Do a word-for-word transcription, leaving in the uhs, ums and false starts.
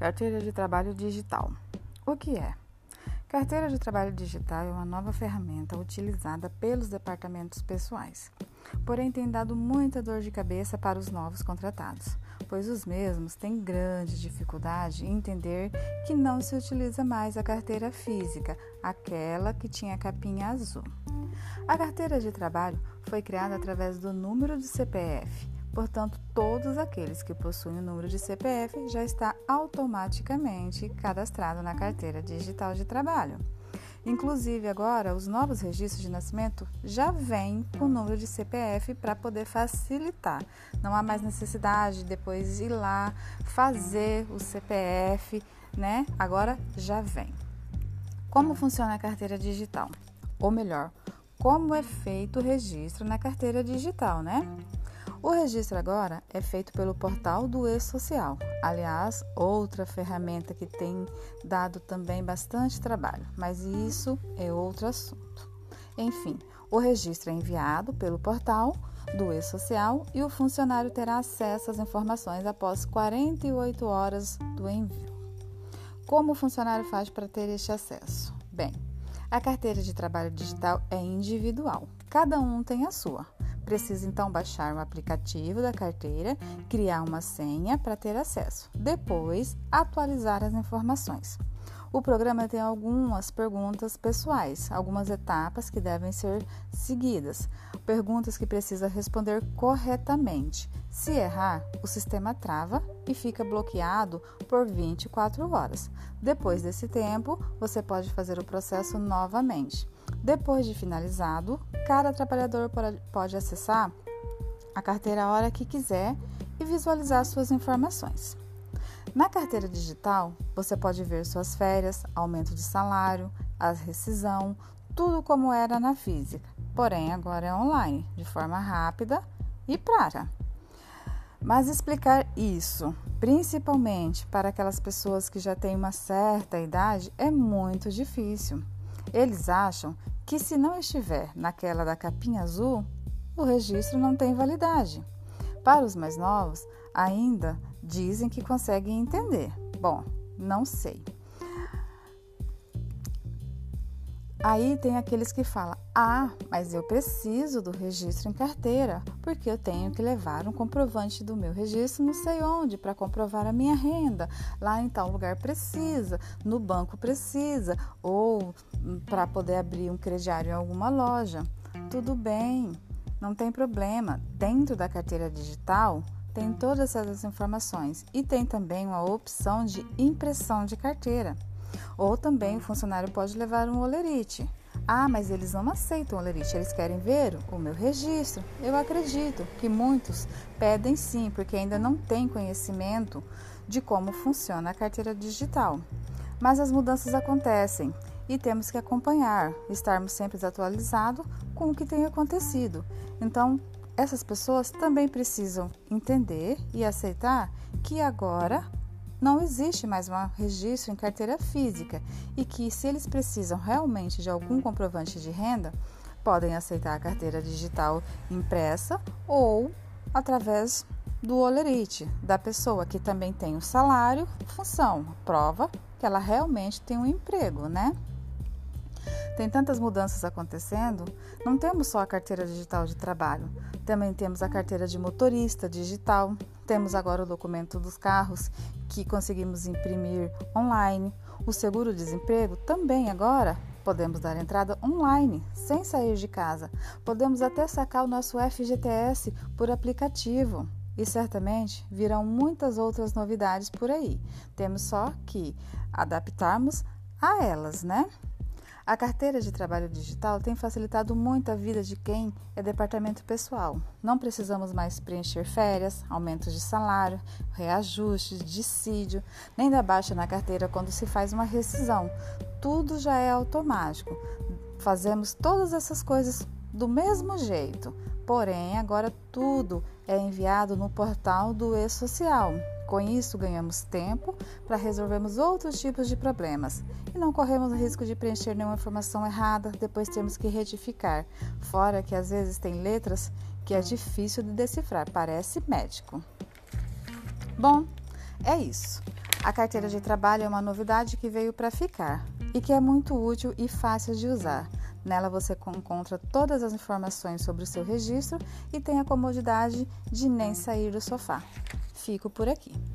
Carteira de trabalho digital. O que é? Carteira de trabalho digital é uma nova ferramenta utilizada pelos departamentos pessoais, porém tem dado muita dor de cabeça para os novos contratados, pois os mesmos têm grande dificuldade em entender que não se utiliza mais a carteira física, aquela que tinha a capinha azul. A carteira de trabalho foi criada através do número de C P F. Portanto, todos aqueles que possuem o número de C P F já está automaticamente cadastrado na carteira digital de trabalho. Inclusive, agora, os novos registros de nascimento já vêm com o número de C P F para poder facilitar. Não há mais necessidade de depois ir lá fazer o C P F, né? Agora já vem. Como funciona a carteira digital? Ou melhor, como é feito o registro na carteira digital, né? O registro agora é feito pelo portal do E-Social. Aliás, outra ferramenta que tem dado também bastante trabalho, mas isso é outro assunto. Enfim, o registro é enviado pelo portal do E-Social e o funcionário terá acesso às informações após quarenta e oito horas do envio. Como o funcionário faz para ter este acesso? Bem, a carteira de trabalho digital é individual, cada um tem a sua. Precisa então baixar o aplicativo da carteira, criar uma senha para ter acesso. Depois, atualizar as informações. O programa tem algumas perguntas pessoais, algumas etapas que devem ser seguidas, perguntas que precisa responder corretamente. Se errar, o sistema trava e fica bloqueado por vinte e quatro horas. Depois desse tempo, você pode fazer o processo novamente. Depois de finalizado, cada trabalhador pode acessar a carteira a hora que quiser e visualizar suas informações. Na carteira digital, você pode ver suas férias, aumento de salário, a rescisão, tudo como era na física. Porém, agora é online, de forma rápida e prática. Mas explicar isso, principalmente para aquelas pessoas que já têm uma certa idade, é muito difícil. Eles acham que se não estiver naquela da capinha azul, o registro não tem validade. Para os mais novos, ainda dizem que conseguem entender. Bom, não sei. Aí tem aqueles que falam, ah, mas eu preciso do registro em carteira, porque eu tenho que levar um comprovante do meu registro não sei onde, para comprovar a minha renda. Lá em tal lugar precisa, no banco precisa, ou para poder abrir um crediário em alguma loja. Tudo bem, não tem problema. Dentro da carteira digital, tem todas essas informações e tem também uma opção de impressão de carteira. Ou também o funcionário pode levar um holerite. Ah, mas eles não aceitam o holerite, eles querem ver o meu registro. Eu acredito que muitos pedem sim, porque ainda não têm conhecimento de como funciona a carteira digital. Mas as mudanças acontecem e temos que acompanhar, estarmos sempre atualizados com o que tem acontecido. Então, essas pessoas também precisam entender e aceitar que agora não existe mais um registro em carteira física e que, se eles precisam realmente de algum comprovante de renda, podem aceitar a carteira digital impressa ou através do holerite da pessoa que também tem o salário, função, prova que ela realmente tem um emprego, né? Tem tantas mudanças acontecendo, não temos só a carteira digital de trabalho, também temos a carteira de motorista digital, temos agora o documento dos carros que conseguimos imprimir online, o seguro-desemprego também agora podemos dar entrada online, sem sair de casa, podemos até sacar o nosso F G T S por aplicativo e certamente virão muitas outras novidades por aí, temos só que adaptarmos a elas, né? A carteira de trabalho digital tem facilitado muito a vida de quem é departamento pessoal. Não precisamos mais preencher férias, aumentos de salário, reajustes, dissídio, nem dar baixa na carteira quando se faz uma rescisão. Tudo já é automático. Fazemos todas essas coisas do mesmo jeito. Porém, agora tudo é enviado no portal do E-Social. Com isso, ganhamos tempo para resolvermos outros tipos de problemas e não corremos o risco de preencher nenhuma informação errada, depois temos que retificar. Fora que às vezes tem letras que é difícil de decifrar, parece médico. Bom, é isso. A carteira de trabalho é uma novidade que veio para ficar e que é muito útil e fácil de usar. Nela você encontra todas as informações sobre o seu registro e tem a comodidade de nem sair do sofá. Fico por aqui.